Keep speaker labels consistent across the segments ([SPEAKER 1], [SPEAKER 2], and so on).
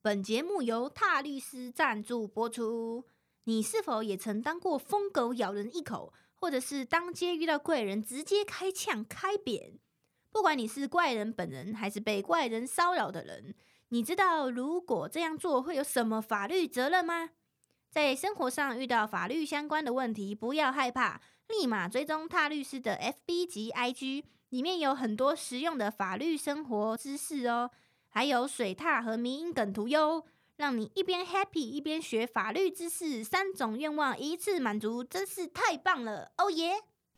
[SPEAKER 1] 本节目由踏律师赞助播出。你是否也曾当过疯狗咬人一口，或者是当街遇到怪人直接开枪开扁？不管你是怪人本人还是被怪人骚扰的人，你知道如果这样做会有什么法律责任吗？在生活上遇到法律相关的问题，不要害怕，立马追踪踏律师的 FB 及 IG， 里面有很多实用的法律生活知识哦。还有水踏和迷因梗图哟，让你一边 happy 一边学法律知识，3种愿望一次满足，真是太棒了！哦耶！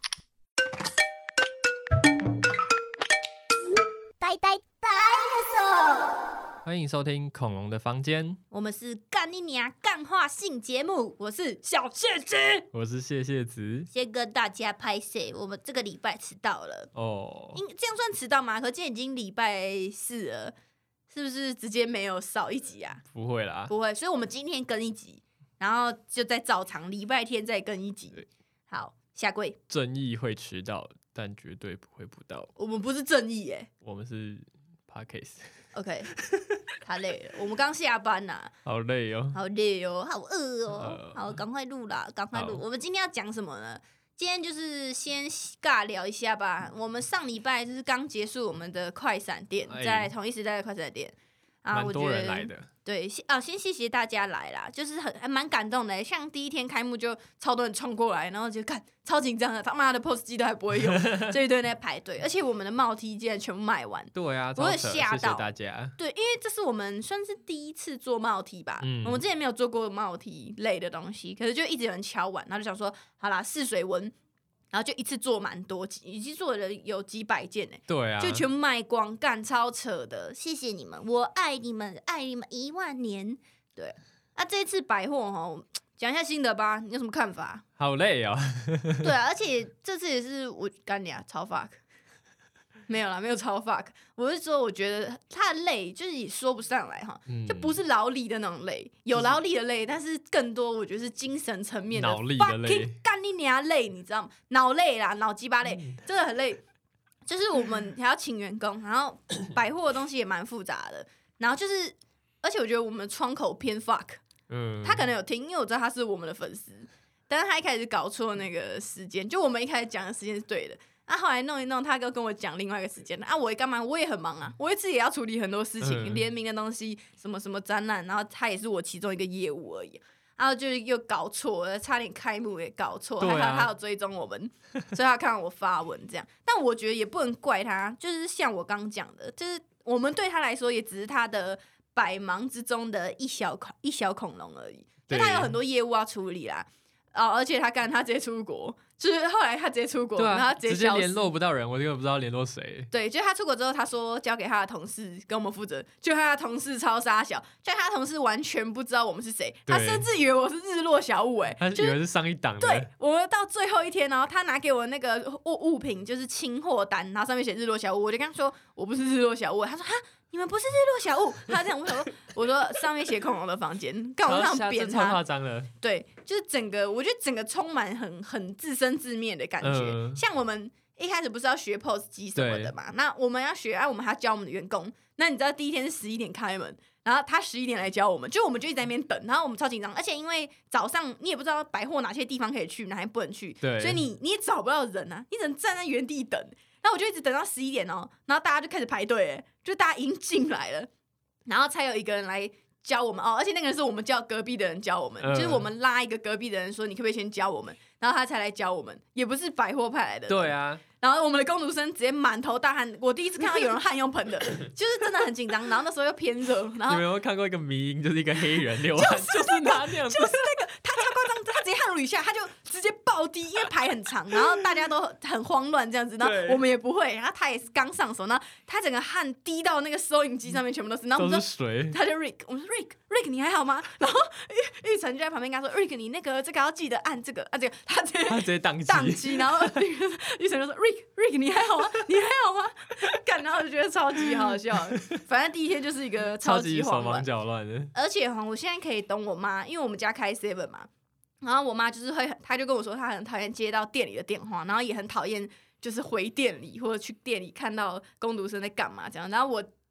[SPEAKER 1] 呆呆呆的手，
[SPEAKER 2] 欢迎收听恐龙的房间，
[SPEAKER 1] 我们是干你娘干话性节目，我是小谢子，
[SPEAKER 2] 我是谢谢子。
[SPEAKER 1] 先跟大家拍摄，我们这个礼拜迟到了
[SPEAKER 2] 哦。
[SPEAKER 1] 这样算迟到吗？可今天已经礼拜4了。是不是直接没有少一集啊？
[SPEAKER 2] 不会啦，
[SPEAKER 1] 不会，所以我们今天更一集，然后就在照常礼拜天再更一集。好，下跪。
[SPEAKER 2] 正义会迟到，但绝对不会不到。
[SPEAKER 1] 我们不是正义耶，
[SPEAKER 2] 我们是 Podcast。
[SPEAKER 1] OK， 太累了，我们刚下班呐，
[SPEAKER 2] 好累哦，
[SPEAKER 1] 好累哦，好饿哦，好，赶快录啦，赶快录。我们今天要讲什么呢？今天就是先尬聊一下吧。我们上礼拜就是刚结束我们的快闪店，在同一时代的快闪店啊，
[SPEAKER 2] 蛮多人来的。
[SPEAKER 1] 对，先谢谢大家来啦，就是还蛮感动的。像第一天开幕就超多人冲过来，然后就看超紧张的，他妈的 POS 机都还不会用，这一堆人在排队，而且我们的帽 T 竟然全部卖完。
[SPEAKER 2] 对啊，
[SPEAKER 1] 我有吓到，
[SPEAKER 2] 谢谢大家。
[SPEAKER 1] 对，因为这是我们算是第一次做帽 T 吧，我们之前没有做过帽 T 类的东西，可是就一直有人敲碗，然后就想说，好啦，试水温。然后就一次做蛮多，已经做了有几百件呢。
[SPEAKER 2] 对啊，
[SPEAKER 1] 就全部卖光，干超扯的。谢谢你们，我爱你们，爱你们10000年。对，那这一次百货哈，讲一下心得吧，你有什么看法？
[SPEAKER 2] 好累哦。
[SPEAKER 1] 对啊，而且这次也是我干你啊，超 fuck。没有啦，没有超 fuck。我是说，我觉得他的累就是也说不上来哈，就不是劳力的那种累，有劳力的累，但是更多我觉得是精神层面的
[SPEAKER 2] 脑力的累，
[SPEAKER 1] 干你娘累，你知道吗？脑累啦，脑鸡巴累，真的很累。就是我们还要请员工，然后百货的东西也蛮复杂的，然后就是，而且我觉得我们窗口偏 fuck，他可能有听，因为我知道他是我们的粉丝，但是他一开始搞错那个时间，就我们一开始讲的时间是对的。后来弄一弄，他跟我讲另外一个时间我也干嘛？我也很忙啊，我一次也要处理很多事情，联名的东西，什么什么展览，然后他也是我其中一个业务而已，然后就又搞错了，差点开幕也搞错，还好他有追踪我们，所以他看到我发文这样。但我觉得也不能怪他，就是像我刚讲的，就是我们对他来说也只是他的百忙之中的一小恐龙而已，就他有很多业务要处理啦。而且他直接出国，就是后来他直接出国，然后他
[SPEAKER 2] 直接联络不到人，我根本不知道联络谁。
[SPEAKER 1] 对，就是他出国之后，他说交给他的同事跟我们负责，就他的同事超傻小，就他的同事完全不知道我们是谁，他甚至以为我是日落小物，
[SPEAKER 2] 他以为是上一档的。
[SPEAKER 1] 对，我们到最后一天，然后他拿给我那个物品就是清货单，然后上面写日落小物，我就跟他说我不是日落小物，他说哈。你们不是日落小物，他这样我说上面写恐龙的房间，干我这样扁他，
[SPEAKER 2] 超夸张了。
[SPEAKER 1] 对，就是我觉得整个充满很自生自灭的感觉。像我们一开始不是要学 POS 机什么的嘛，那我们要学，我们还要教我们的员工。那你知道第一天是11点开门，然后他11点来教我们，就我们就一直在那边等，然后我们超紧张，而且因为早上你也不知道百货哪些地方可以去，哪些不能去，所以你也找不到人啊，你只能站在原地等。然后我就一直等到11点然后大家就开始排队，就大家已经进来了，然后才有一个人来教我们而且那个人是我们叫隔壁的人教我们，就是我们拉一个隔壁的人说你可不可以先教我们，然后他才来教我们，也不是百货派来的。
[SPEAKER 2] 对啊。
[SPEAKER 1] 然后我们的工读生直接满头大汗，我第一次看到有人汗用喷的，就是真的很紧张。然后那时候又偏热，然后
[SPEAKER 2] 你们有没有看过一个迷因，就是一个黑人流汗，就是他那样子，
[SPEAKER 1] 就是那个他超夸张，他直接汗如雨下，他就直接爆滴，因为排很长，然后大家都很慌乱这样子，然后我们也不会，然后他也是刚上手，然后他整个汗滴到那个收银机上面全部都是，然后我们说水，他就 Rick， 我们说 Rick 你还好吗？然后玉成就在旁边跟他说 Rick 你那个这个要记得按这个，这个他直接宕机，然后玉成就说 Rick 你还好吗？你还好吗？干，然后我就觉得超级好笑。反正第一天就是一个超级
[SPEAKER 2] 手忙脚乱的。
[SPEAKER 1] 而且我现在可以懂我妈，因为我们家开 7 嘛，然后我妈就是她就跟我说，她很讨厌接到店里的电话，然后也很讨厌就是回店里或者去店里看到工读生在干嘛这样。然后我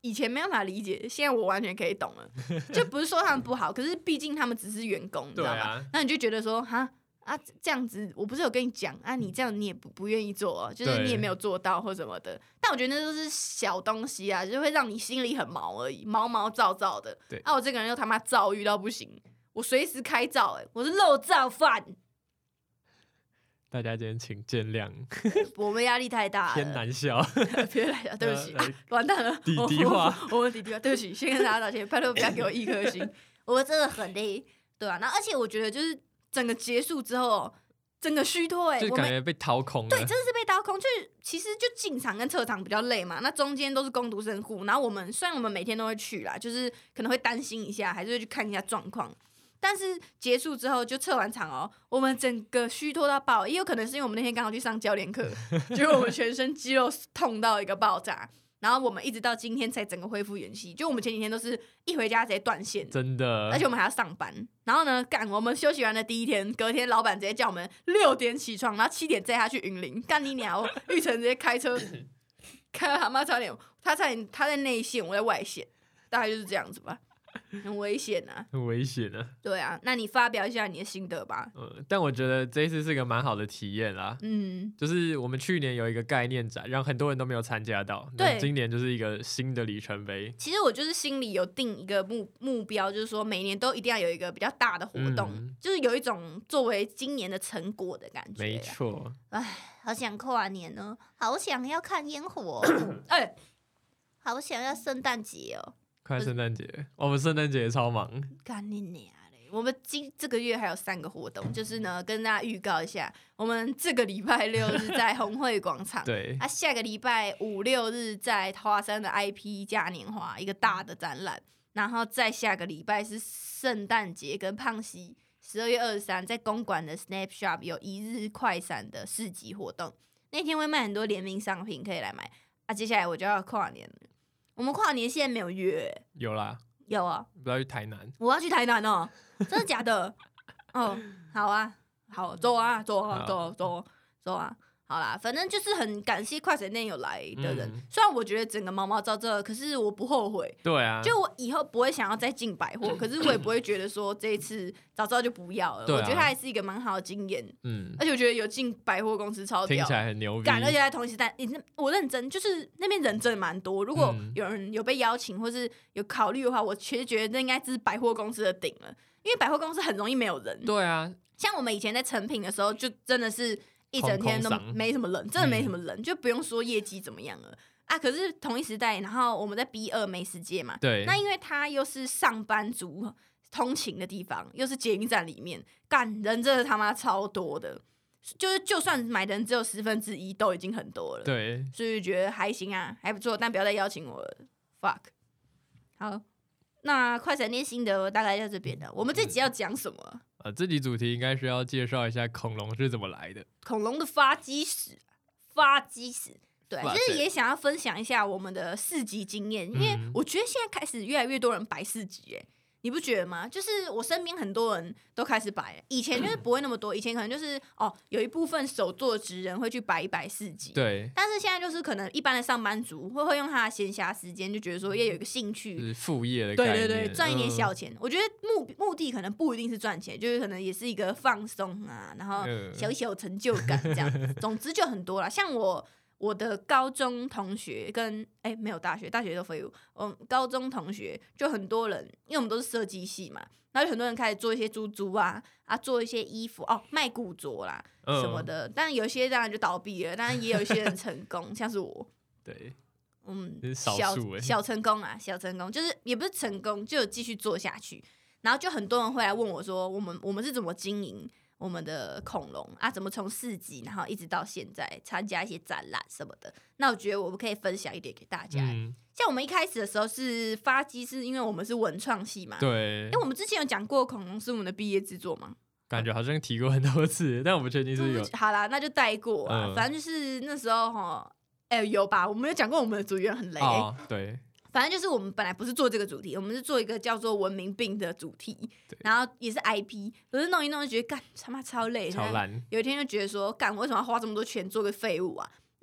[SPEAKER 1] 以前没办法理解，现在我完全可以懂了。就不是说他们不好，可是毕竟他们只是员工，你知道吗？那你就觉得说，哈啊这样子，我不是有跟你讲啊，你这样你也不愿意做，就是你也没有做到或什么的。但我觉得那都是小东西啊，就会让你心里很毛而已，毛毛躁躁的。
[SPEAKER 2] 对，
[SPEAKER 1] 我这个人又他妈躁郁到不行，我随时开躁，我是肉燥饭。
[SPEAKER 2] 大家今天请见谅，
[SPEAKER 1] 我们压力太大了，
[SPEAKER 2] 偏难笑，
[SPEAKER 1] 偏难笑，对不起，完蛋了，
[SPEAKER 2] 弟弟话，
[SPEAKER 1] 我们弟弟话，对不起，先跟大家道歉，拜托不要给我1颗星，我真的很累，对啊，然后而且我觉得就是整个结束之后，整个虚脱，
[SPEAKER 2] 就感觉被掏空了，
[SPEAKER 1] 对，真的是被掏空，就是其实就进场跟撤场比较累嘛，那中间都是工读生户，然后我们虽然我们每天都会去啦，就是可能会担心一下，还是会去看一下状况。但是结束之后就撤完场哦，我们整个虚脱到爆，也有可能是因为我们那天刚好去上教练课，结果我们全身肌肉痛到一个爆炸，然后我们一直到今天才整个恢复元气。就我们前几天都是一回家直接断线，
[SPEAKER 2] 真的，
[SPEAKER 1] 而且我们还要上班。然后呢，我们休息完的第一天，隔天老板直接叫我们6点起床，然后7点载他去云林，干你娘！玉成直接开车开到他妈差点，他在内线，我在外线，大概就是这样子吧。很危险啊，
[SPEAKER 2] 很危险啊。
[SPEAKER 1] 对啊，那你发表一下你的心得吧。
[SPEAKER 2] 但我觉得这一次是个蛮好的体验啦。就是我们去年有一个概念展，让很多人都没有参加到。对，今年就是一个新的里程碑。
[SPEAKER 1] 其实我就是心里有定一个目标，就是说每年都一定要有一个比较大的活动，就是有一种作为今年的成果的感觉。
[SPEAKER 2] 没错。
[SPEAKER 1] 哎，好想跨年哦，好想要看烟火，好想要圣诞节哦。
[SPEAKER 2] 快圣诞节，我们圣诞节也超忙。
[SPEAKER 1] 干你娘嘞！我们这个月还有3个活动，就是呢，跟大家预告一下，我们这个礼拜6日在红会广场，
[SPEAKER 2] 对，
[SPEAKER 1] 下个礼拜5、6日在华山的 IP 嘉年华一个大的展览，然后再下个礼拜是圣诞节跟胖喜12月23在公馆的 Snap Shop 有1日快闪的市集活动，那天会卖很多联名商品可以来买啊。接下来我就要跨年了。我们跨年现在没有约，
[SPEAKER 2] 有啦，
[SPEAKER 1] 有啊，
[SPEAKER 2] 不要去台南，
[SPEAKER 1] 我要去台南哦，真的假的？哦，好啊，好，走啊，走啊，走啊，好啦，反正就是很感谢快闪店有来的人，虽然我觉得整个毛毛躁躁，可是我不后悔。
[SPEAKER 2] 对啊，
[SPEAKER 1] 就我以后不会想要再进百货，可是我也不会觉得说这一次早知道就不要了。我觉得它还是一个蛮好的经验。而且我觉得有进百货公司超屌，
[SPEAKER 2] 听起来很牛逼。
[SPEAKER 1] 而且在同一时代，我认真，就是那边人真的蛮多。如果有人有被邀请或是有考虑的话，我其实觉得那应该是百货公司的顶了，因为百货公司很容易没有人。
[SPEAKER 2] 对啊，
[SPEAKER 1] 像我们以前在成品的时候，就真的是一整天都没什么人，真的没什么人，就不用说业绩怎么样了啊。可是同一时代，然后我们在 B2美食街嘛，
[SPEAKER 2] 对，
[SPEAKER 1] 那因为它又是上班族通勤的地方，又是捷运站里面，干人真的他妈超多的，就算买的人只有1/10都已经很多了，
[SPEAKER 2] 对，
[SPEAKER 1] 所以觉得还行啊，还不错，但不要再邀请我了 ，fuck。好，那快闪店心得大概就这边了。我们这集要讲什么？
[SPEAKER 2] 这集主题应该是要介绍一下恐龙是怎么来的，
[SPEAKER 1] 恐龙的发迹史，对，就是也想要分享一下我们的4级经验，因为我觉得现在开始越来越多人摆4级，你不觉得吗？就是我身边很多人都开始摆了，以前就是不会那么多，以前可能就是有一部分手作职人会去摆一摆4级，
[SPEAKER 2] 对。
[SPEAKER 1] 但是现在就是可能一般的上班族会用他的闲暇时间，就觉得说要有一个兴趣，
[SPEAKER 2] 就是副业的概念，
[SPEAKER 1] 对，赚一点小钱。我觉得目的可能不一定是赚钱，就是可能也是一个放松啊，然后小成就感这样子。总之就很多啦，像我的高中同学跟没有大学都废物。高中同学就很多人，因为我们都是设计系嘛，然后有很多人开始做一些珠珠啊，做一些衣服卖古着啦什么的。但有些当然就倒闭了，但是也有一些人成功，像是我。
[SPEAKER 2] 对，
[SPEAKER 1] 小成功啊，小成功就是也不是成功，就有继续做下去。然后就很多人会来问我说，我们是怎么经营我们的恐龙啊？怎么从4级然后一直到现在参加一些展览什么的？那我觉得我们可以分享一点给大家。像我们一开始的时候是发迹，是因为我们是文创系嘛。
[SPEAKER 2] 对。
[SPEAKER 1] 我们之前有讲过恐龙是我们的毕业制作吗？
[SPEAKER 2] 感觉好像提过很多次，但我不确定是有。
[SPEAKER 1] 好啦，那就带过啊。反正就是那时候有吧？我们有讲过我们的组员很雷。
[SPEAKER 2] 对。
[SPEAKER 1] 反正就是我们本来不是做这个主题，我们是做一个叫做文明病的主题，然后也是 IP， 可是弄一弄就觉得干他妈超累，
[SPEAKER 2] 超烂。
[SPEAKER 1] 有一天就觉得说干我为什么要花这么多钱做个废物啊？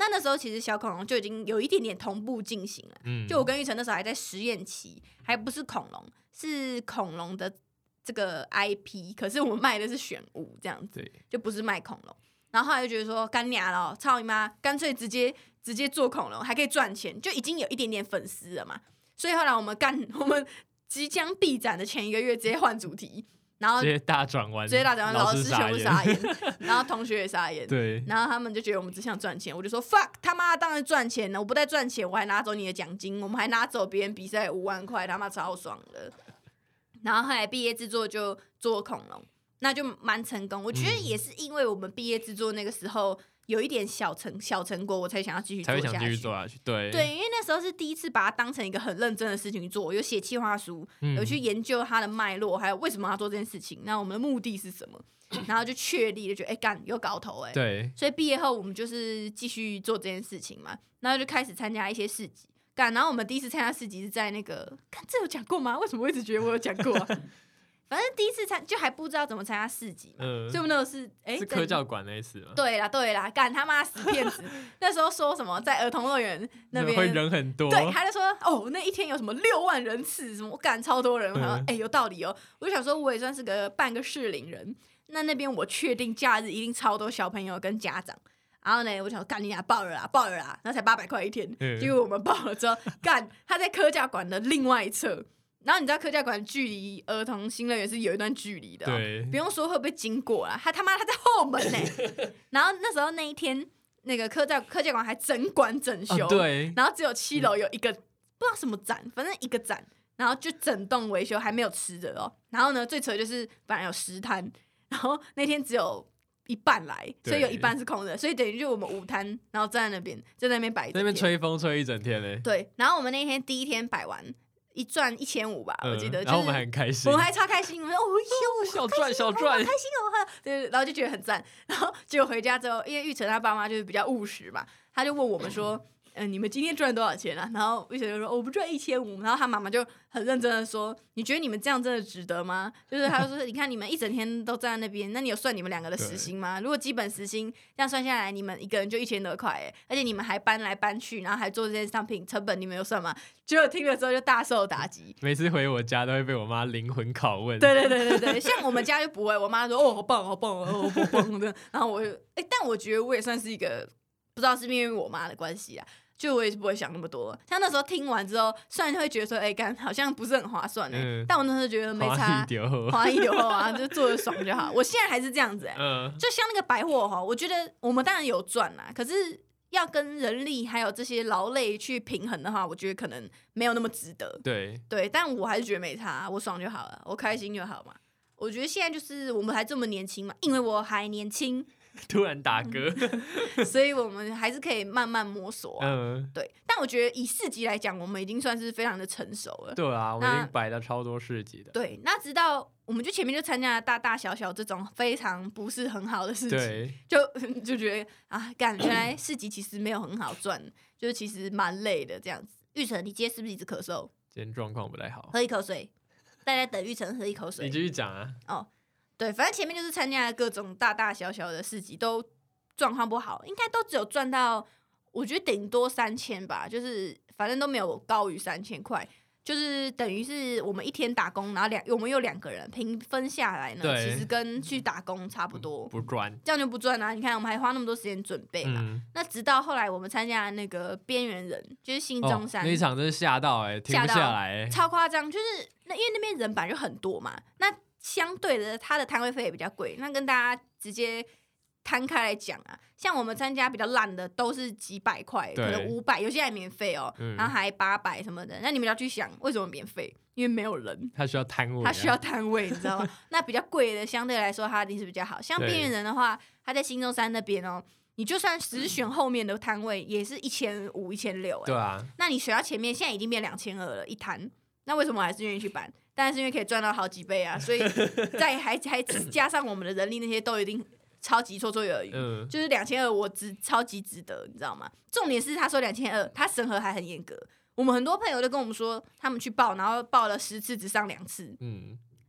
[SPEAKER 1] 那时候其实小恐龙就已经有一点点同步进行了。就我跟玉成那时候还在实验期，还不是恐龙，是恐龙的这个 IP， 可是我们卖的是选物这样子，就不是卖恐龙。然后后来就觉得说干娘了，操你妈，干脆直接做恐龙，还可以赚钱，就已经有一点点粉丝了嘛。所以后来我们即将闭展的前1个月直接换主题。然后
[SPEAKER 2] 直接大转弯，
[SPEAKER 1] 老师全部傻眼，然后同学也傻眼，
[SPEAKER 2] 对，
[SPEAKER 1] 然后他们就觉得我们只想赚钱，我就说 fuck 他妈当然赚钱了，我不但赚钱，我还拿走你的奖金，我们还拿走别人比赛5万块，他妈超爽的。然后后来毕业制作就做恐龙，那就蛮成功。我觉得也是因为我们毕业制作那个时候有一点小成果，我才想要继续做下去。对，因为那时候是第一次把它当成一个很认真的事情做，有写企划书，有去研究它的脉络，还有为什么要做这件事情，那我们的目的是什么，然后就确立了，觉得干有搞头
[SPEAKER 2] 对，
[SPEAKER 1] 所以毕业后我们就是继续做这件事情嘛，然后就开始参加一些市集。然后我们第一次参加市集是在那个，这有讲过吗？为什么我一直觉得我有讲过啊？反正第一次就还不知道怎么参加市集嘛，所以我们那时候
[SPEAKER 2] 是科教馆那一次吗？
[SPEAKER 1] 对啦，干他妈死骗子！那时候说什么在儿童乐园那边
[SPEAKER 2] 会人很多，
[SPEAKER 1] 对，他就说那一天有什么6万人次，什么我干超多人，我想说有道理哦。我就想说我也算是个半个适龄人，那边我确定假日一定超多小朋友跟家长。然后呢，我想说干你俩爆了啦，然后才800块一天，结果我们报了之后，干他在科教馆的另外一侧。然后你知道科教馆距离儿童新乐园是有一段距离的，
[SPEAKER 2] 对，
[SPEAKER 1] 不用说会不会经过啦，他在后门呢。然后那时候那一天，那个科教馆还整馆整修，
[SPEAKER 2] 对，
[SPEAKER 1] 然后只有7楼有一个不知道什么展，反正一个展，然后就整栋维修，还没有吃的哦。然后呢，最扯就是本来有10摊，然后那天只有一半来，所以有一半是空的，所以等于就我们5摊，然后站在那边，就在那边摆一整天，
[SPEAKER 2] 那边吹风吹一整天嘞。
[SPEAKER 1] 对，然后我们那天第一天摆完。一赚1500吧，我记得。
[SPEAKER 2] 然后我们还很开心，
[SPEAKER 1] 我们还超开心，我们说
[SPEAKER 2] 小赚，
[SPEAKER 1] 开心哦！对，然后就觉得很赞。然后结果回家之后，因为玉成他爸妈就是比较务实嘛，他就问我们说：“你们今天赚多少钱啊？”然后玉成就说：“我们赚1500。”然后他妈妈就很认真的说：“你觉得你们这样真的值得吗？”就是他就说：“你看你们一整天都站在那边，那你有算你们2个的时薪吗？如果基本时薪这样算下来，你们一个人就1000多块而且你们还搬来搬去，然后还做这些商品，成本你们有算吗？”结果听了之后就大受打击。
[SPEAKER 2] 每次回我家都会被我妈灵魂拷问。
[SPEAKER 1] 对，像我们家就不会，我妈说：“好棒，好棒的。”然后我就但我觉得我也算是一个，不知道是因为我妈的关系啦。就我也是不会想那么多，像那时候听完之后，虽然会觉得说，干好像不是很划算但我那时候觉得没差，花一丢后啊，就做的爽就好。我现在还是这样子就像那个百货我觉得我们当然有赚啦，可是要跟人力还有这些劳累去平衡的话，我觉得可能没有那么值得。对，但我还是觉得没差，我爽就好了，我开心就好嘛。我觉得现在就是我们还这么年轻嘛，因为我还年轻。
[SPEAKER 2] 突然打嗝
[SPEAKER 1] 所以我们还是可以慢慢摸索对。但我觉得以市集来讲，我们已经算是非常的成熟了。
[SPEAKER 2] 对啊，我们已经摆了超多市集的。
[SPEAKER 1] 对，那直到我们就前面就参加了大大小小这种非常不是很好的市集，就觉得干原来市集其实没有很好赚，就是其实蛮累的这样子。玉成，你今天是不是一直咳嗽？
[SPEAKER 2] 今天状况不太好，
[SPEAKER 1] 喝一口水。大家等玉成喝一口水。
[SPEAKER 2] 你继续讲啊。
[SPEAKER 1] 对，反正前面就是参加了各种大大小小的市集，都状况不好，应该都只有赚到，我觉得顶多3000吧，就是反正都没有高于3000块，就是等于是我们一天打工，然后我们有2个人平分下来呢，其实跟去打工差不多，
[SPEAKER 2] 不赚，
[SPEAKER 1] 这样就不赚啊！你看我们还花那么多时间准备嘛，那直到后来我们参加了那个边缘人，就是新中山
[SPEAKER 2] 那一场，真是吓到停不下来
[SPEAKER 1] 超夸张，就是因为那边人本来就很多嘛，那相对的，它的摊位费也比较贵。那跟大家直接摊开来讲像我们参加比较烂的，都是几百块，可能500，有些还免费然后还800什么的。那你们要去想，为什么免费？因为没有人，
[SPEAKER 2] 他需要摊位，
[SPEAKER 1] 你知道吗？那比较贵的，相对来说它一定是比较好。像边缘人的话，他在新中山那边你就算只选后面的摊位，也是1500、1600。
[SPEAKER 2] 对啊，
[SPEAKER 1] 那你选到前面，现在已经变2200了一摊。那为什么我还是愿意去搬？当然是因为可以赚到好几倍啊，所以还加上我们的人力那些都一定超级绰绰有余，就是2200我超级值得，你知道吗？重点是他说2200，他审核还很严格。我们很多朋友都跟我们说，他们去报，然后报了10次只上2次，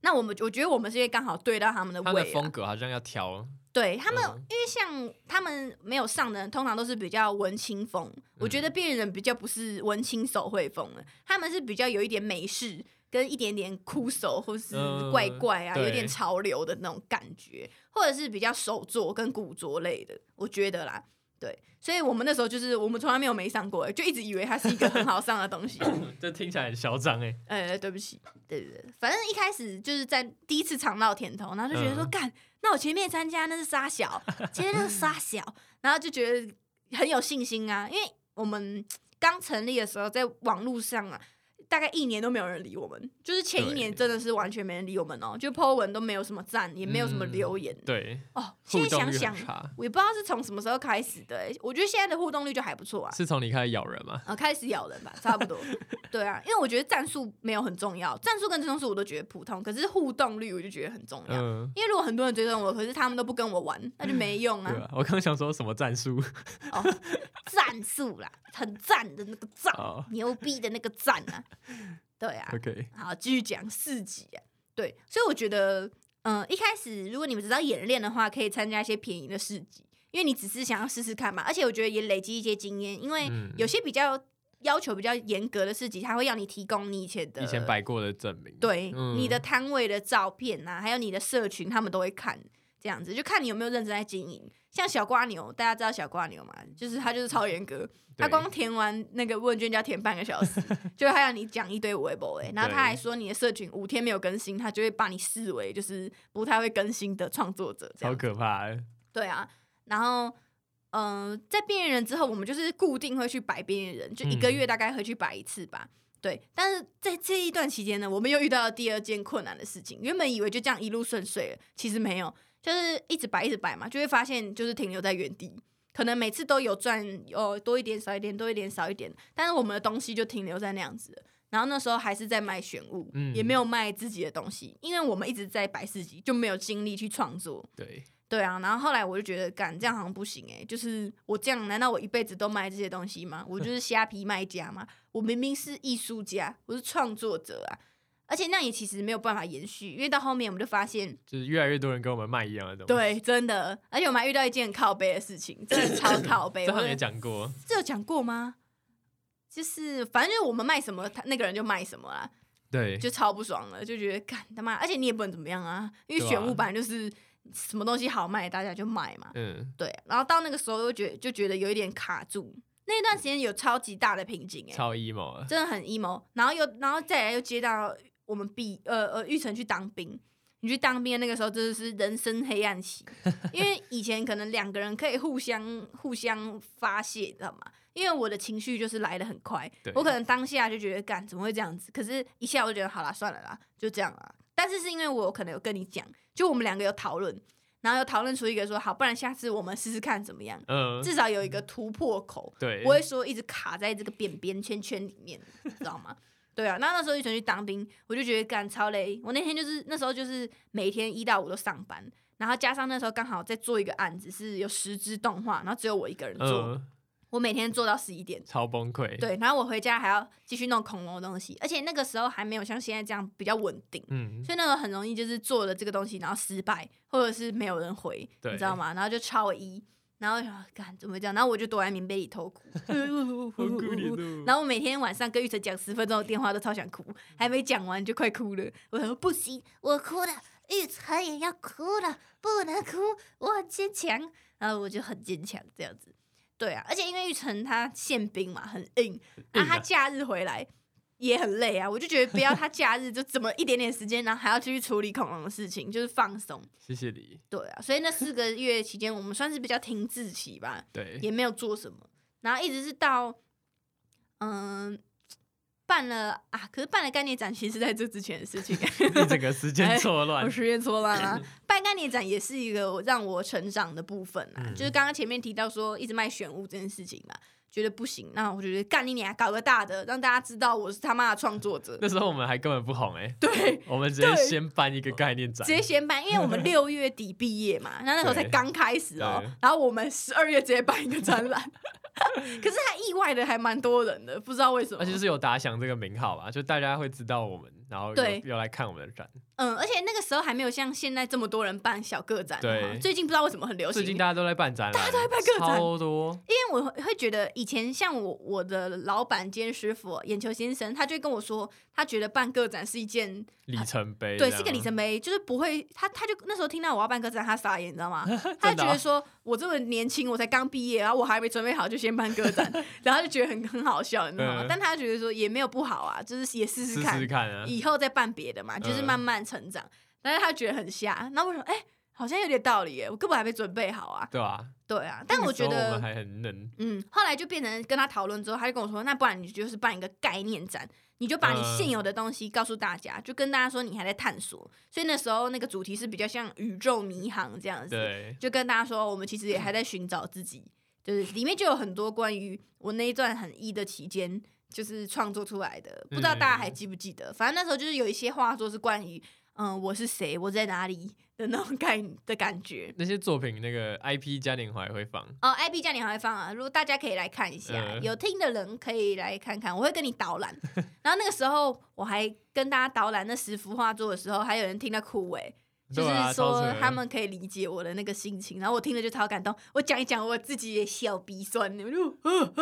[SPEAKER 1] 那我觉得我们是因为刚好对到他们的胃，
[SPEAKER 2] 他们的风格好像要挑。
[SPEAKER 1] 对他们，因为像他们没有上的人，通常都是比较文青风。我觉得边缘人比较不是文青手绘风的，他们是比较有一点美式跟一点点酷手或是怪怪啊，有点潮流的那种感觉，或者是比较手作跟古着类的，我觉得啦。对，所以我们那时候就是我们从来没有没上过，就一直以为它是一个很好上的东西。
[SPEAKER 2] 这听起来很嚣张
[SPEAKER 1] 对不起，对，反正一开始就是在第一次尝到甜头，然后就觉得说干。那我前面参加那是沙小，前面那是沙小，然后就觉得很有信心啊，因为我们刚成立的时候，在网络上啊，大概1年都没有人理我们，就是前1年真的是完全没人理我们哦，就 po 文都没有什么赞，也没有什么留言。
[SPEAKER 2] 对
[SPEAKER 1] 哦，现在想想，我也不知道是从什么时候开始的，我觉得现在的互动率就还不错啊。
[SPEAKER 2] 是从你开始咬人吗？
[SPEAKER 1] 开始咬人吧，差不多。对啊，因为我觉得战术没有很重要，战术跟追踪数我都觉得普通，可是互动率我就觉得很重要。因为如果很多人追踪我，可是他们都不跟我玩，那就没用啊。
[SPEAKER 2] 对啊，我刚想说什么战术？
[SPEAKER 1] 战术啦，很赞的那个赞，牛逼的那个赞啊。对啊
[SPEAKER 2] ，OK，
[SPEAKER 1] 好，继续讲4集啊。对，所以我觉得，一开始如果你们只知道演练的话，可以参加一些便宜的市集，因为你只是想要试试看嘛。而且我觉得也累积一些经验，因为有些比较要求比较严格的市集，他会要你提供你以前
[SPEAKER 2] 摆过的证明，
[SPEAKER 1] 对，你的摊位的照片啊，还有你的社群，他们都会看，这样子就看你有没有认真在经营。像小瓜牛，大家知道小瓜牛嘛？就是他就是超严格，他光填完那个问卷就要填半个小时，就还要你讲一堆微博然后他还说你的社群5天没有更新，他就会把你视为就是不太会更新的创作者，
[SPEAKER 2] 超可怕的。
[SPEAKER 1] 对啊，然后在边缘人之后，我们就是固定会去摆边缘人，就1个月大概会去摆1次吧。对，但是在这一段期间呢，我们又遇到了第2件困难的事情。原本以为就这样一路顺遂了，其实没有。就是一直摆嘛，就会发现就是停留在原地，可能每次都有赚多一点少一点，多一点少一点，但是我们的东西就停留在那样子了。然后那时候还是在卖选物，也没有卖自己的东西，因为我们一直在摆市集，就没有精力去创作。对啊，然后后来我就觉得干这样好像不行就是我这样难道我一辈子都卖这些东西吗？我就是虾皮卖家吗？我明明是艺术家，我是创作者啊。而且那也其实没有办法延续，因为到后面我们就发现，
[SPEAKER 2] 就是越来越多人跟我们卖一样的东西。
[SPEAKER 1] 对，真的。而且我们还遇到一件很靠北的事情，真的超靠北。
[SPEAKER 2] 这好像也讲过，
[SPEAKER 1] 这有讲过吗？就是反正就是我们卖什么，那个人就卖什么啦。
[SPEAKER 2] 对，
[SPEAKER 1] 就超不爽了，就觉得干他妈，而且你也不能怎么样啊，因为选物本来就是什么东西好卖，大家就卖嘛。对。然后到那个时候就觉得有一点卡住。那段时间有超级大的瓶颈
[SPEAKER 2] 超 emo，
[SPEAKER 1] 真的很 emo。然后再来又接到。我们玉成去当兵，你去当兵的那个时候真的是人生黑暗期，因为以前可能2个人可以互相发泄，你知道吗？因为我的情绪就是来得很快，我可能当下就觉得干怎么会这样子，可是一下我就觉得好啦算了啦，就这样啦。但是因为我可能有跟你讲，就我们2个有讨论，然后有讨论出一个说好，不然下次我们试试看怎么样，至少有一个突破口，不会说一直卡在这个边圈里面，你知道吗？对啊，那时候玉成去当兵，我就觉得干超累。我那时候就是每天1到5都上班，然后加上那时候刚好在做一个案子，是有10支动画，然后只有我一个人做，我每天做到11点，
[SPEAKER 2] 超崩溃。
[SPEAKER 1] 对，然后我回家还要继续弄恐龙的东西，而且那个时候还没有像现在这样比较稳定，所以那个很容易就是做了这个东西然后失败，或者是没有人回，你知道吗？然后就超1。然后干怎么会这样？然后我就躲在棉被里偷哭，然后我每天晚上跟玉成讲10分钟的电话都超想哭，还没讲完就快哭了。我说不行，我哭了，玉成也要哭了，不能哭，我很坚强。然后我就很坚强这样子。对啊，而且因为玉成他宪兵嘛，很硬，那他假日回来也很累啊，我就觉得不要他假日就怎么一点点时间，然后还要去处理恐龙的事情，就是放松。
[SPEAKER 2] 谢谢你。
[SPEAKER 1] 对啊，所以那4个月期间，我们算是比较停滞期吧，
[SPEAKER 2] 对，
[SPEAKER 1] 也没有做什么，然后一直是到办了啊，可是办了概念展，其实是在这之前的事情。
[SPEAKER 2] 你整个时间错乱，
[SPEAKER 1] 我时间错乱啦。办概念展也是一个让我成长的部分啊，就是刚刚前面提到说一直卖选物这件事情嘛。觉得不行，那我觉得干你娘，搞个大的，让大家知道我是他妈的创作者。
[SPEAKER 2] 那时候我们还根本不红
[SPEAKER 1] 对，
[SPEAKER 2] 我们直接先办一个概念展，
[SPEAKER 1] 直接先办，因为我们6月底毕业嘛，那时候才刚开始然后我们12月直接办一个展览，可是还意外的还蛮多人的，不知道为什么。
[SPEAKER 2] 而且是有打响这个名号吧，就大家会知道我们，然后有来看我们的展。
[SPEAKER 1] 而且那个时候还没有像现在这么多人办小个展。对，最近不知道为什么很流行。
[SPEAKER 2] 最近大家都在办展览，
[SPEAKER 1] 大家都在办个展，
[SPEAKER 2] 超多。
[SPEAKER 1] 因为我会觉得以前像我的老板兼师傅眼球先生，他就会跟我说，他觉得办个展是一件
[SPEAKER 2] 里程碑，
[SPEAKER 1] 对，是一个里程碑，就是不会他就那时候听到我要办个展，他傻眼，你知道吗？他就觉得说我这么年轻，我才刚毕业，然后我还没准备好就先办个展，然后他就觉得很好笑，你知道吗？但他觉得说也没有不好啊，就是也试试看
[SPEAKER 2] 啊，
[SPEAKER 1] 以后再办别的嘛，就是慢慢成长。但是他觉得很瞎，那为什么？好像有点道理耶，我根本还没准备好啊。
[SPEAKER 2] 对啊，
[SPEAKER 1] 对啊，但我觉得
[SPEAKER 2] 我们还很嫩。
[SPEAKER 1] 后来就变成跟他讨论之后，他就跟我说，那不然你就是办一个概念展，你就把你现有的东西告诉大家，就跟大家说你还在探索。所以那时候那个主题是比较像宇宙迷航这样子，
[SPEAKER 2] 对，
[SPEAKER 1] 就跟大家说我们其实也还在寻找自己，就是里面就有很多关于我那一段很的期间就是创作出来的，不知道大家还记不记得？反正那时候就是有一些画作是关于我是谁，我在哪里的那种感觉。那
[SPEAKER 2] 些作品那个 IP 嘉年华会放
[SPEAKER 1] IP 嘉年华会放啊，如果大家可以来看一下，有听的人可以来看看，我会跟你导览。然后那个时候我还跟大家导览那10幅画作的时候，还有人听到哭就是说他们可以理解我的那个心情，然后我听了就超感动。我讲一讲，我自己也小鼻酸，我就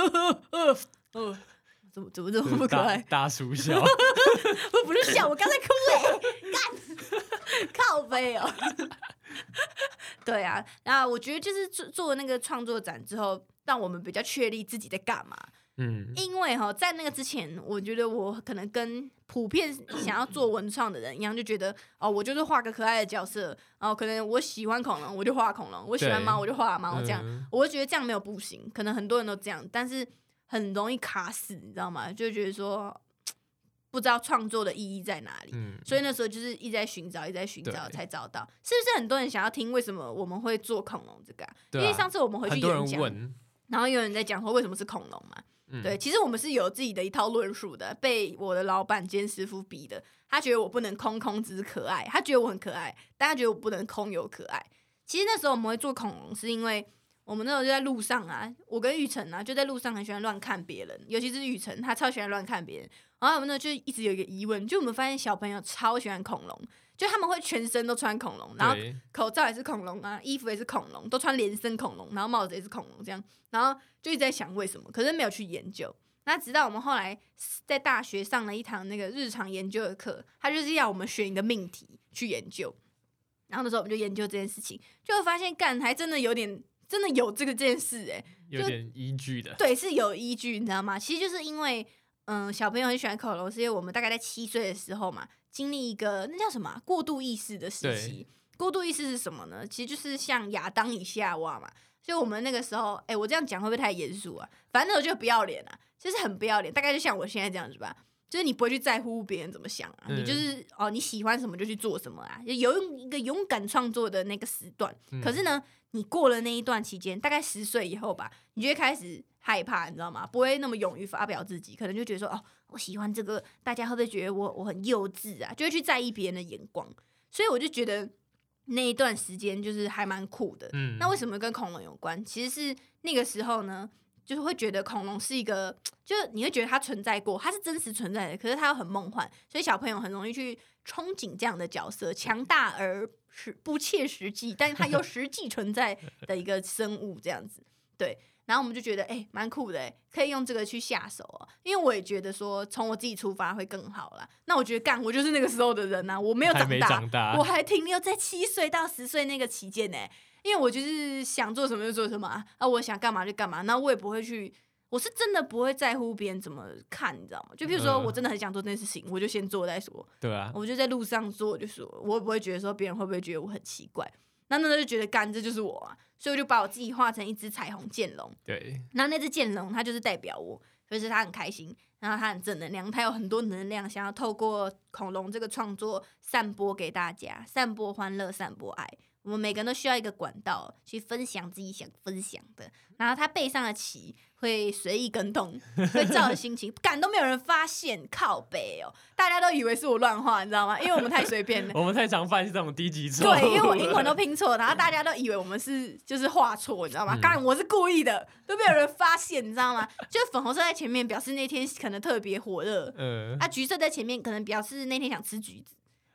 [SPEAKER 1] 怎么这么不可爱？
[SPEAKER 2] 大叔笑，
[SPEAKER 1] 我不是笑，我刚才哭干靠背哦。对啊，然后我觉得就是做那个创作展之后，让我们比较确立自己在干嘛。因为在那个之前，我觉得我可能跟普遍想要做文创的人一样，就觉得我就是画个可爱的角色，可能我喜欢恐龙，我就画恐龙；我喜欢猫，我就画猫。这样，我就觉得这样没有不行。可能很多人都这样，但是很容易卡死，你知道吗？就觉得说不知道创作的意义在哪里。所以那时候就是一直在寻找，才找到。是不是很多人想要听为什么我们会做恐龙这个？因为上次我们回去演讲，然后有人在讲说为什么是恐龙嘛。对，其实我们是有自己的一套论述的，被我的老板兼师傅逼的。他觉得我不能空只是可爱，他觉得我很可爱，但他觉得我不能空有可爱。其实那时候我们会做恐龙，是因为我们那时候就在路上啊，我跟玉成啊就在路上很喜欢乱看别人，尤其是玉成，他超喜欢乱看别人。然后我们那就一直有一个疑问，就我们发现小朋友超喜欢恐龙，就他们会全身都穿恐龙，然后口罩也是恐龙啊，衣服也是恐龙，都穿连身恐龙，然后帽子也是恐龙这样，然后就一直在想为什么，可是没有去研究。那直到我们后来在大学上了一堂那个日常研究的课，他就是要我们选一个命题去研究，然后那时候我们就研究这件事情，就会发现还真的有这件事
[SPEAKER 2] 有点依据的。
[SPEAKER 1] 对，是有依据，你知道吗？其实就是因为小朋友很喜欢恐龙，是因为我们大概在7岁的时候嘛，经历一个那叫什么过度意识的时期。过度意识是什么呢？其实就是像亚当与夏娃嘛。所以我们那个时候，我这样讲会不会太严肃啊？反正那时候就不要脸啊，就是很不要脸，大概就像我现在这样子吧。就是你不会去在乎别人怎么想啊，你就是你喜欢什么就去做什么啊，有一个勇敢创作的那个时段。可是呢，你过了那一段期间，大概10岁以后吧，你就会开始害怕，你知道吗？不会那么勇于发表自己，可能就觉得说我喜欢这个，大家会不会觉得我很幼稚啊？就会去在意别人的眼光。所以我就觉得那一段时间就是还蛮酷的。那为什么跟恐龙有关？其实是那个时候呢，就是会觉得恐龙是一个，就是你会觉得它存在过，它是真实存在的，可是它又很梦幻，所以小朋友很容易去憧憬这样的角色，强大而不切实际，但是它又实际存在的一个生物这样子。对，然后我们就觉得蛮酷的可以用这个去下手因为我也觉得说从我自己出发会更好啦。那我觉得我就是那个时候的人啊，我没有长大，我还停留在7岁到10岁那个期间因为我就是想做什么就做什么我想干嘛就干嘛，那我也不会去，我是真的不会在乎别人怎么看，你知道吗？就譬如说我真的很想做这件事情，我就先做再说。
[SPEAKER 2] 对啊，
[SPEAKER 1] 我就在路上做就说，我也不会觉得说别人会不会觉得我很奇怪。那就觉得这就是我啊，所以我就把我自己画成一只彩虹剑龙。
[SPEAKER 2] 对，
[SPEAKER 1] 那只剑龙它就是代表我，就是它很开心，然后它很正能量，它有很多能量，想要透过恐龙这个创作散播给大家，散播欢乐，散播爱。我们每个人都需要一个管道去分享自己想分享的，然后它背上的旗会随意跟动，会照着心情，都没有人发现，靠北大家都以为是我乱画，你知道吗？因为我们太随便了，
[SPEAKER 2] 我们太常犯这种低级错。
[SPEAKER 1] 对，因为我英文都拼错，然后大家都以为我们就是画错，你知道吗？我是故意的，都没有人发现，你知道吗？就粉红色在前面表示那天可能特别火热，橘色在前面可能表示那天想吃橘子。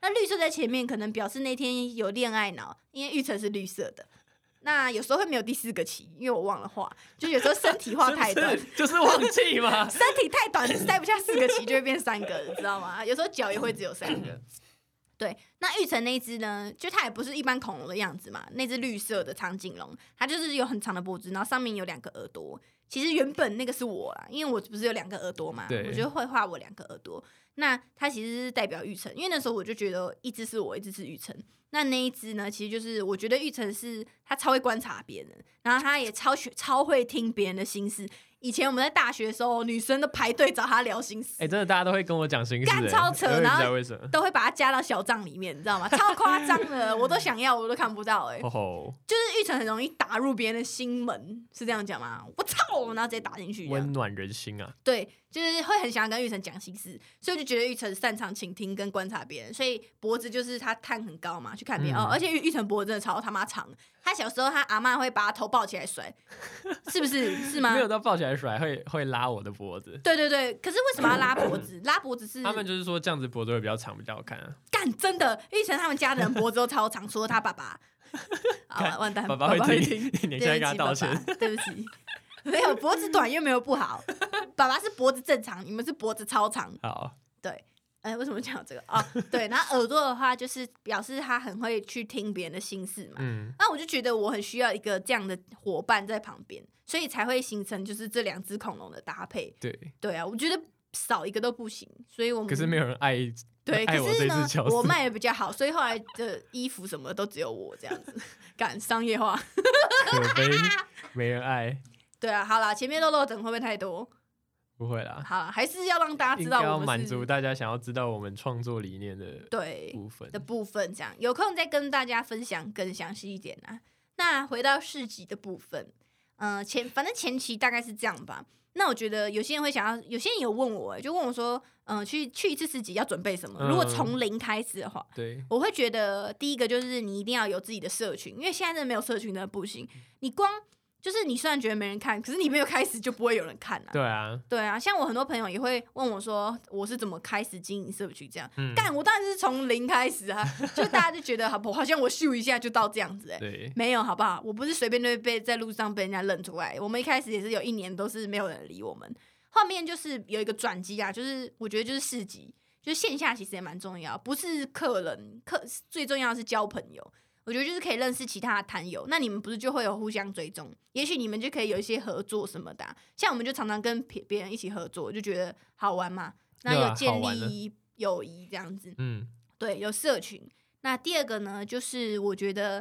[SPEAKER 1] 那绿色在前面可能表示那天有恋爱脑，因为玉成是绿色的。那有时候会没有第4个期，因为我忘了画，就有时候身体画太短，
[SPEAKER 2] 就是忘记嘛。
[SPEAKER 1] 身体太短塞不下4个期，就会变3个，你知道吗？有时候脚也会只有3个。对，那玉成那一只呢，就它也不是一般恐龙的样子嘛，那只绿色的长颈龙，它就是有很长的脖子，然后上面有2个耳朵。其实原本那个是我啦，因为我不是有2个耳朵嘛，我就会画我2个耳朵。那它其实是代表玉成，因为那时候我就觉得一只是我，一只是玉成。那一只呢，其实就是我觉得玉成是他超会观察别人，然后他也超会听别人的心事。以前我们在大学的时候，女生都排队找他聊心事，
[SPEAKER 2] 真的大家都会跟我讲心事，
[SPEAKER 1] 干超扯，然后都会把他加到小账里面，你知道吗？超夸张的，我都想要，我都看不到就是玉成很容易打入别人的心门，是这样讲吗？我操，然后直接打进去，
[SPEAKER 2] 温暖人心啊！
[SPEAKER 1] 对，就是会很想要跟玉成讲心事，所以我就觉得玉成擅长倾听跟观察别人，所以脖子就是他探很高嘛，去看别人而且玉成脖子真的超他妈长，他小时候他阿嬷会把他头抱起来甩，是不是？是吗？
[SPEAKER 2] 没有到抱起来甩，会拉我的脖子。
[SPEAKER 1] 对对对，可是为什么要拉脖子？拉脖子是
[SPEAKER 2] 他们就是说这样子脖子会比较长，比较好看啊。
[SPEAKER 1] 干，真的，玉成他们家的人脖子都超长，除了他爸爸。完蛋，
[SPEAKER 2] 爸爸会听，你现在跟他道歉，
[SPEAKER 1] 对不起。没有脖子短又没有不好，爸爸是脖子正常，你们是脖子超长。
[SPEAKER 2] 好，
[SPEAKER 1] 对，为什么讲这个对，然后耳朵的话就是表示他很会去听别人的心事嘛。那我就觉得我很需要一个这样的伙伴在旁边，所以才会形成就是这2只恐龙的搭配。对啊，我觉得少一个都不行，所以我们
[SPEAKER 2] 可是没有人爱。
[SPEAKER 1] 对，可是呢，
[SPEAKER 2] 我
[SPEAKER 1] 卖的比较好，所以后来的衣服什么都只有我这样子，敢商业化，
[SPEAKER 2] 可悲，没人爱。
[SPEAKER 1] 对啊，好啦，前面漏等会不会太多？
[SPEAKER 2] 不会啦，
[SPEAKER 1] 好啦，还是要让大家知道我们
[SPEAKER 2] 要满足大家想要知道我们创作理念的部分
[SPEAKER 1] 这样有空再跟大家分享更详细一点啊。那回到市集的部分，反正前期大概是这样吧。那我觉得有些人会想要，有些人有问我，就问我说，去一次市集要准备什么？如果从零开始的话，
[SPEAKER 2] 对，
[SPEAKER 1] 我会觉得第一个就是你一定要有自己的社群，因为现在真的没有社群真的不行。你光就是你虽然觉得没人看，可是你没有开始就不会有人看啊。对啊，像我很多朋友也会问我说，我是怎么开始经营社群这样？干，我当然是从零开始啊，就大家就觉得好像我秀一下就到这样子
[SPEAKER 2] 对，
[SPEAKER 1] 没有好不好？我不是随便就会被在路上被人家认出来。我们一开始也是有1年都是没有人理我们，后面就是有一个转机啊，就是我觉得就是市集，就是线下其实也蛮重要，不是客人，最重要的是交朋友。我觉得就是可以认识其他的摊友，那你们不是就会有互相追踪？也许你们就可以有一些合作什么的像我们就常常跟别人一起合作，就觉得好玩嘛。那有建立友谊这样子，对，有社群。那第二个呢，就是我觉得，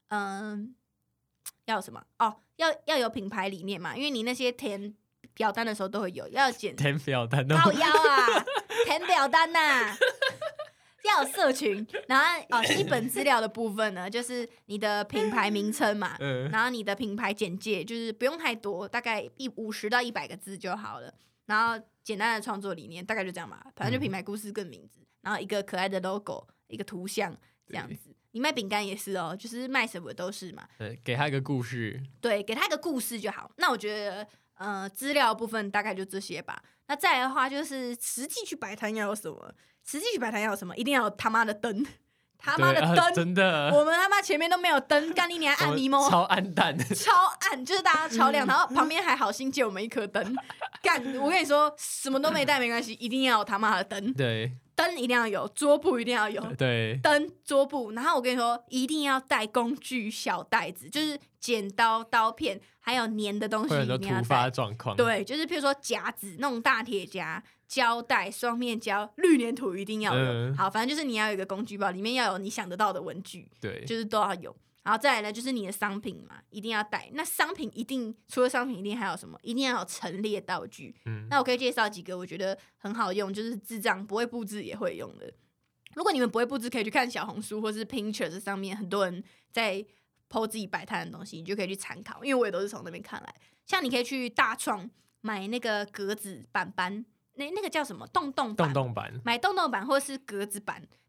[SPEAKER 1] 要有什么要有品牌理念嘛，因为你那些填表单的时候都会有，要填
[SPEAKER 2] 表单，
[SPEAKER 1] 靠腰啊，填表单呐。要有社群，然后基本资料的部分呢，就是你的品牌名称嘛，然后你的品牌简介，就是不用太多，大概50到100个字就好了。然后简单的创作理念，大概就这样吧，反正就品牌故事跟名字，然后一个可爱的 logo， 一个图像这样子。你卖饼干也是就是卖什么都是嘛，
[SPEAKER 2] 给他一个故事，
[SPEAKER 1] 对，给他一个故事就好。那我觉得资料的部分大概就这些吧。那再来的话，就是实际去摆摊要有什么？一定要有他妈的灯，他妈的灯，
[SPEAKER 2] 真的，
[SPEAKER 1] 我们他妈前面都没有灯，干你娘暗迷蒙，
[SPEAKER 2] 超暗淡，
[SPEAKER 1] 超暗，就是大家超亮，然后旁边还好心借我们1颗灯，干，我跟你说，什么都没带没关系，一定要有他妈的灯，
[SPEAKER 2] 对。
[SPEAKER 1] 灯一定要有，桌布一定要有，
[SPEAKER 2] 对，
[SPEAKER 1] 灯桌布，然后我跟你说，一定要带工具小袋子，就是剪刀、刀片，还有粘的东西，
[SPEAKER 2] 会有很多突发状况。
[SPEAKER 1] 对，就是譬如说夹子，那种大铁夹、胶带、双面胶、滤黏土一定要有。好，反正就是你要有一个工具包，里面要有你想得到的文具，
[SPEAKER 2] 对，
[SPEAKER 1] 就是都要有。然后再来呢，就是你的商品嘛，一定要带。那商品一定除了商品，一定还有什么？一定要有陈列道具。那我可以介绍几个我觉得很好用，就是智障不会布置也会用的。如果你们不会布置，可以去看小红书或是 Pinterest 上面很多人在 po 自己摆摊的东西，你就可以去参考。因为我也都是从那边看来。像你可以去大创买那个格子板板。那个叫什么洞洞板，
[SPEAKER 2] 洞洞板，
[SPEAKER 1] 买洞洞板或是格子板，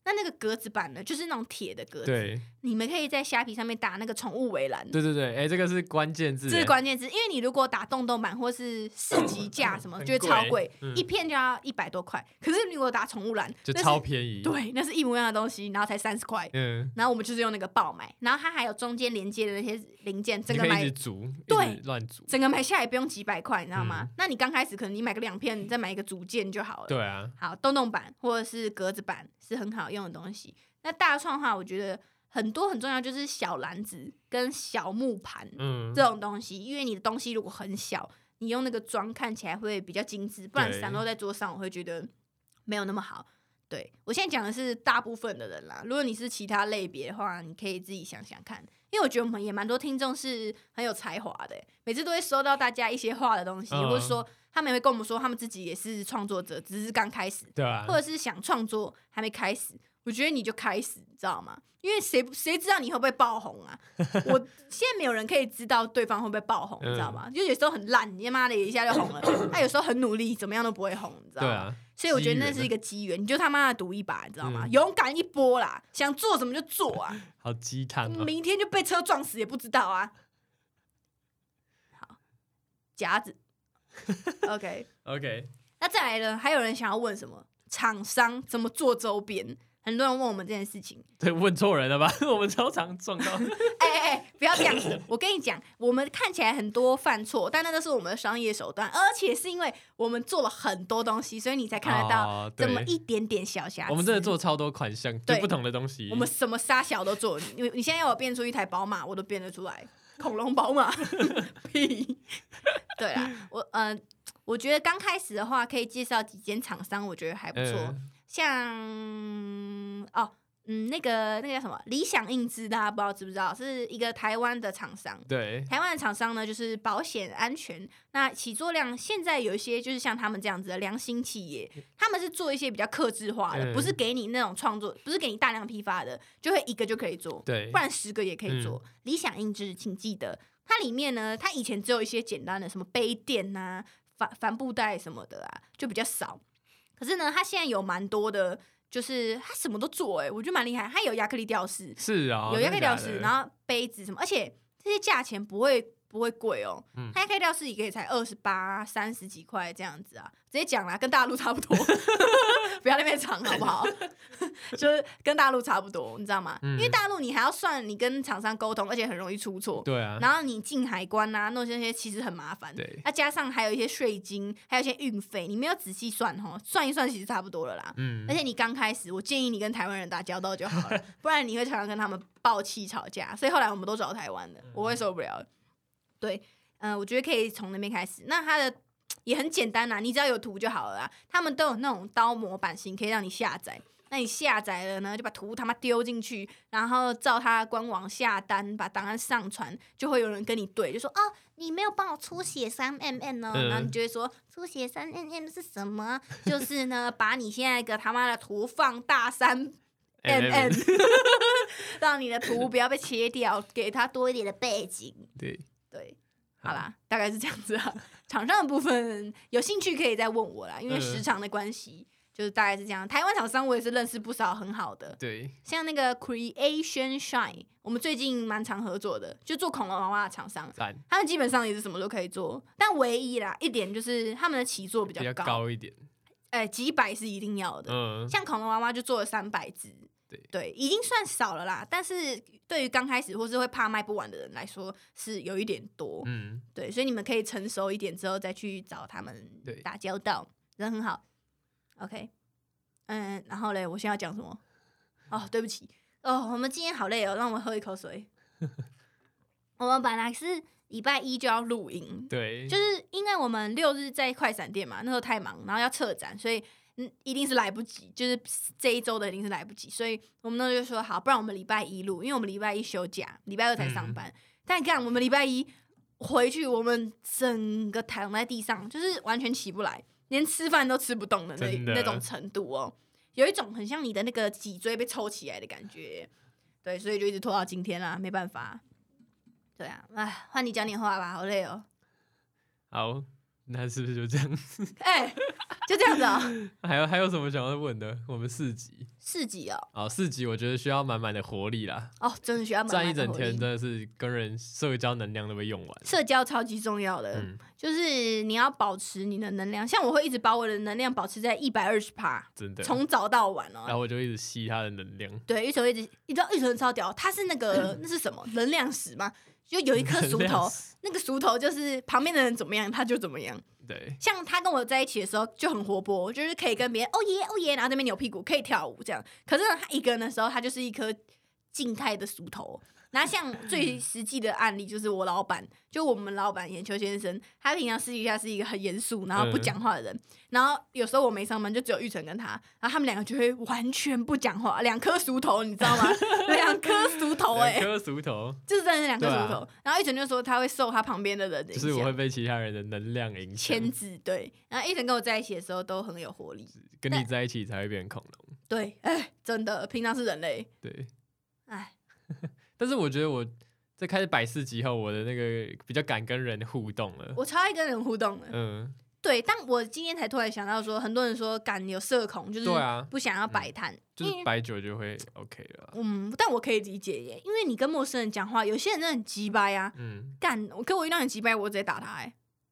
[SPEAKER 1] 那个格子板呢，就是那种铁的格子。
[SPEAKER 2] 对，
[SPEAKER 1] 你们可以在虾皮上面打那个宠物围栏。
[SPEAKER 2] 对对对，这个是关键字。
[SPEAKER 1] 这是关键字，因为你如果打洞洞板或是4级架什么，就会超贵，一片就要100多块。可是你如果打宠物栏，
[SPEAKER 2] 就超便宜。
[SPEAKER 1] 对，那是一模一样的东西，然后才30块。然后我们就是用那个爆买，然后它还有中间连接的那些零件，整个买
[SPEAKER 2] 一直组，
[SPEAKER 1] 对，
[SPEAKER 2] 乱组，
[SPEAKER 1] 整个买下来不用几百块，你知道吗？那你刚开始可能你买个2片，你再买一个组件就好了。
[SPEAKER 2] 对啊，
[SPEAKER 1] 好，洞洞板或者是格子板是很好用的东西。那大创的话，我觉得很多很重要，就是小篮子跟小木盘，这种东西，因为你的东西如果很小，你用那个装看起来会比较精致，不然散落在桌上，我会觉得没有那么好。对，我现在讲的是大部分的人啦，如果你是其他类别的话，你可以自己想想看，因为我觉得我们也蛮多听众是很有才华的，每次都会收到大家一些画的东西，或者说他们也会跟我们说他们自己也是创作者，只是刚开始，
[SPEAKER 2] 对啊，
[SPEAKER 1] 或者是想创作还没开始。我觉得你就开始，你知道吗？因为谁知道你会不会爆红啊？我现在没有人可以知道对方会不会爆红，你知道吗？就有时候很烂，你妈的一下就红了；他有时候很努力，怎么样都不会红，你知道吗？对啊，所以我觉得那是一个机缘，你就他妈的赌一把，你知道吗？勇敢一波啦，想做什么就做啊！
[SPEAKER 2] 好鸡汤哦，
[SPEAKER 1] 明天就被车撞死也不知道啊！好，夹子，OK， 那再来呢？还有人想要问什么？厂商怎么做周边？很多人问我们这件事情，
[SPEAKER 2] 对，问错人了吧？我们超常撞到。
[SPEAKER 1] 不要这样子！我跟你讲，我们看起来很多犯错，但那都是我们的商业手段，而且是因为我们做了很多东西，所以你才看得到这么一点点小瑕疵。
[SPEAKER 2] 我们真的做超多款项，就不同的东西。
[SPEAKER 1] 我们什么杀小都做。你现在要我变出一台宝马，我都变得出来。恐龙宝马，屁！对啦，我觉得刚开始的话，可以介绍几间厂商，我觉得还不错。像那个叫什么理想印资，大家不知道知不知道，是一个台湾的厂商。
[SPEAKER 2] 对，
[SPEAKER 1] 台湾的厂商呢，就是保险安全。那起作量现在有一些就是像他们这样子的良心企业，他们是做一些比较客制化的，不是给你那种创作，不是给你大量批发的，就会一个就可以做，
[SPEAKER 2] 对，
[SPEAKER 1] 不然10个也可以做。理想印资，请记得，它里面呢，它以前只有一些简单的什么杯垫啊、帆布袋什么的啊，就比较少。可是呢，它现在有蛮多的。就是他什么都做，我觉得蛮厉害。他有亚克力吊饰，
[SPEAKER 2] 是啊，
[SPEAKER 1] 有亚克力吊饰，然后杯子什么，而且这些价钱不会贵哦。他亚克力吊饰也可以才28、30几块这样子啊，直接讲啦，跟大陆差不多，不要那边藏好不好？就是跟大陆差不多，你知道吗？因为大陆你还要算你跟厂商沟通，而且很容易出错。
[SPEAKER 2] 对啊。
[SPEAKER 1] 然后你进海关啊，弄这些其实很麻烦。
[SPEAKER 2] 对。
[SPEAKER 1] 那加上还有一些税金，还有一些运费，你没有仔细算算一算其实差不多了啦。而且你刚开始，我建议你跟台湾人打交道就好了，不然你会常常跟他们爆气吵架。所以后来我们都找台湾的，我会受不了。对，我觉得可以从那边开始。那它的也很简单啦，你只要有图就好了啦。他们都有那种刀模版型，可以让你下载。那你下载了呢，就把图他妈丢进去，然后照他官网下单，把档案上传，就会有人跟你对，就说你没有帮我出血3mm哦，然后你就会说出血3mm是什么？就是呢，把你现在一个他妈的图放大3mm，让你的图不要被切掉，给他多一点的背景。对，好啦，大概是这样子啊。厂商的部分有兴趣可以再问我啦，因为时长的关系。就是大概是这样，台湾厂商我也是认识不少很好的，
[SPEAKER 2] 对，
[SPEAKER 1] 像那个 Creation Shine， 我们最近蛮常合作的，就做恐龙娃娃的厂商，他们基本上也是什么都可以做，但唯一啦一点就是他们的起做比较
[SPEAKER 2] 高一点，
[SPEAKER 1] 几百是一定要的，像恐龙娃娃就做了300只，对，已经算少了啦，但是对于刚开始或是会怕卖不完的人来说是有一点多，对，所以你们可以成熟一点之后再去找他们打交道，人很好。OK， 然后嘞，我现在要讲什么？对不起，我们今天好累哦，让我喝一口水。我们本来是礼拜1就要录音，
[SPEAKER 2] 对，
[SPEAKER 1] 就是因为我们6日在快闪店嘛，那时候太忙，然后要撤展，所以一定是来不及，就是这一周的一定是来不及，所以我们那时候就说好，不然我们礼拜1录，因为我们礼拜1休假，礼拜2才上班。但你看，我们礼拜1回去，我们整个躺在地上，就是完全起不来。连吃饭都吃不动的那种程度哦，有一种很像你的那个脊椎被抽起来的感觉，对，所以就一直拖到今天啦，没办法。对啊，换你讲点话吧，好累哦。
[SPEAKER 2] 好，那是不是就这样？
[SPEAKER 1] 就这样子哦。
[SPEAKER 2] 还有什么想要问的？我们4集
[SPEAKER 1] 哦
[SPEAKER 2] ，4集我觉得需要满满的活力啦。
[SPEAKER 1] 哦，真的需要满满的活力。
[SPEAKER 2] 站一整天真的是跟人社交能量都被用完。
[SPEAKER 1] 社交超级重要的，就是你要保持你的能量。像我会一直把我的能量保持在120%，
[SPEAKER 2] 真的，
[SPEAKER 1] 从早到晚哦。
[SPEAKER 2] 然后我就一直吸他的能量。
[SPEAKER 1] 对，玉成一直，你知道玉成超屌，他是那个那是什么能量石吗？就有一颗薯头，那个薯头就是旁边的人怎么样，他就怎么样。
[SPEAKER 2] 对，
[SPEAKER 1] 像他跟我在一起的时候就很活泼，就是可以跟别人哦耶哦耶，然后在那边扭屁股，可以跳舞这样。可是呢，他一个人的时候，他就是一颗静态的薯头。然后像最实际的案例就是我老板，就我们老板眼球先生，他平常私底下是一个很严肃然后不讲话的人，然后有时候我没上班就只有玉成跟他，然后他们2个就会完全不讲话，2颗薯头你知道吗？2颗薯头
[SPEAKER 2] 2颗薯头
[SPEAKER 1] 就是真的是2颗薯头。然后玉成就说他会受他旁边的人的影响，
[SPEAKER 2] 就是我会被其他人的能量影响
[SPEAKER 1] 牵制。对，然后玉成跟我在一起的时候都很有活力，
[SPEAKER 2] 跟你在一起才会变恐龙。
[SPEAKER 1] 对，真的，平常是人类。
[SPEAKER 2] 对，但是我觉得我在开始摆4集后，我的那个比较敢跟人互动了。
[SPEAKER 1] 我超爱跟人互动的。对，但我今天才突然想到说，很多人说敢有社恐，就是不想要摆摊，
[SPEAKER 2] 就是摆久就会 OK 了。
[SPEAKER 1] 但我可以理解耶，因为你跟陌生人讲话，有些人真的很鸡掰呀。可我遇到很鸡掰，我直接打他。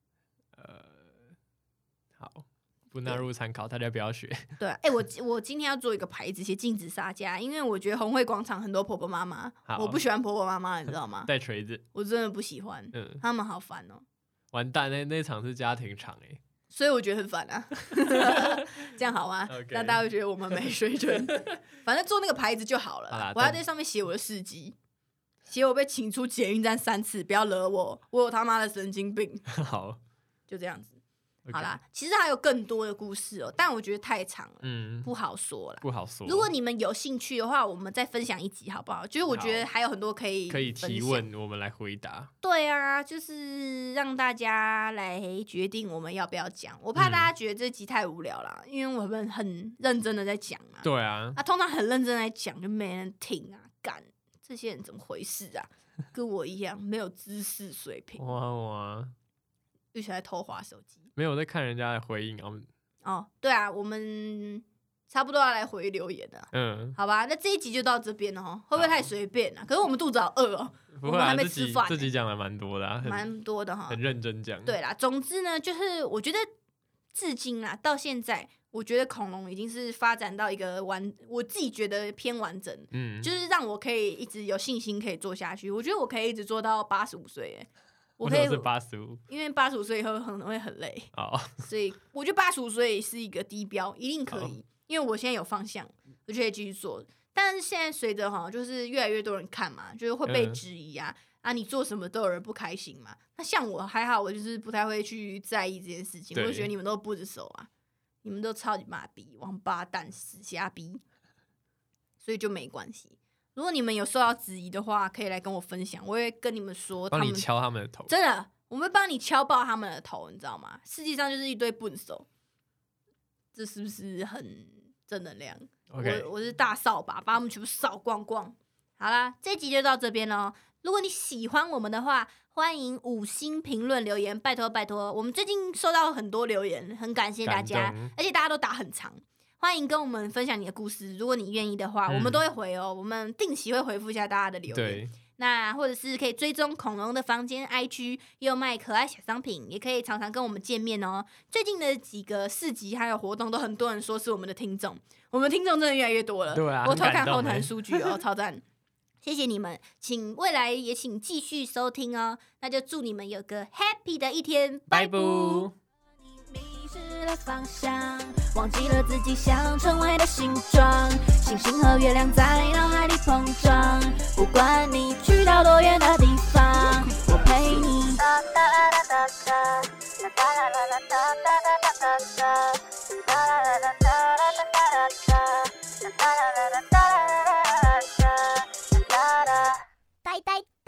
[SPEAKER 2] 好。不纳入参考，大家不要学。
[SPEAKER 1] 对，我今天要做一个牌子，写禁止杀价，因为我觉得红会广场很多婆婆妈妈，我不喜欢婆婆妈妈，你知道吗？
[SPEAKER 2] 带锤子，
[SPEAKER 1] 我真的不喜欢，他们好烦哦。
[SPEAKER 2] 完蛋，那场是家庭场
[SPEAKER 1] 所以我觉得很烦啊。这样好吗？让大家会觉得我们没水准。反正做那个牌子就好了，我要在上面写我的事迹，写我被请出捷运站3次，不要惹我，我有他妈的神经病。
[SPEAKER 2] 好，
[SPEAKER 1] 就这样子。好啦，其实还有更多的故事但我觉得太长了，不好说啦。
[SPEAKER 2] 不好说。
[SPEAKER 1] 如果你们有兴趣的话，我们再分享1集好不好？就是我觉得还有很多可以
[SPEAKER 2] 提问，我们来回答。
[SPEAKER 1] 对啊，就是让大家来决定我们要不要讲。我怕大家觉得这集太无聊了，因为我们很认真的在讲嘛。
[SPEAKER 2] 对啊。
[SPEAKER 1] 通常很认真在讲就没人听啊，干这些人怎么回事啊？跟我一样没有知識水平。
[SPEAKER 2] 哇。
[SPEAKER 1] 玉成在偷滑手机。
[SPEAKER 2] 没有，在看人家的回应
[SPEAKER 1] 对啊，我们差不多要来回留言了。好吧，那这一集就到这边了会不会太随便可是我们肚子好饿
[SPEAKER 2] 不会
[SPEAKER 1] 我们还没吃饭。
[SPEAKER 2] 这集讲的蛮多的
[SPEAKER 1] 蛮多的
[SPEAKER 2] 很认真讲。
[SPEAKER 1] 对啦，总之呢，就是我觉得至今到现在，我觉得恐龙已经是发展到一个我自己觉得偏完整，就是让我可以一直有信心可以做下去。我觉得我可以一直做到85岁
[SPEAKER 2] 我可以是85，
[SPEAKER 1] 因为85岁以后可能会很累所以我觉得85岁是一个低标，一定可以因为我现在有方向，我就可以继续做。但是现在随着就是越来越多人看嘛，就是会被质疑你做什么都有人不开心嘛。那像我还好，我就是不太会去在意这件事情，我就觉得你们都不知手你们都超级麻痹，王八蛋，死瞎逼，所以就没关系。如果你们有受到质疑的话，可以来跟我分享，我会跟你们说，
[SPEAKER 2] 帮你敲他们的头。
[SPEAKER 1] 真的，我们会帮你敲爆他们的头，你知道吗？世界上就是一堆笨手，这是不是很正能量？我是大扫把，把他们全部扫光光。好啦，这集就到这边咯。如果你喜欢我们的话，欢迎5星评论留言，拜托拜托。我们最近收到很多留言，很感谢大家，而且大家都打很长。欢迎跟我们分享你的故事，如果你愿意的话，我们都会回我们定期会回复一下大家的留言。那或者是可以追踪恐龙的房间 IG， 也有卖可爱小商品，也可以常常跟我们见面最近的几个市集还有活动，都很多人说是我们的听众，我们听众真的越来越多了。
[SPEAKER 2] 对啊，
[SPEAKER 1] 我偷看后台数据超赞。谢谢你们，请未来也请继续收听那就祝你们有个 happy 的一天，拜拜。了方向，忘记了自己想成为的形状，星星和月亮在脑海里碰撞，不管你去到多远的地方，我陪你。呆呆。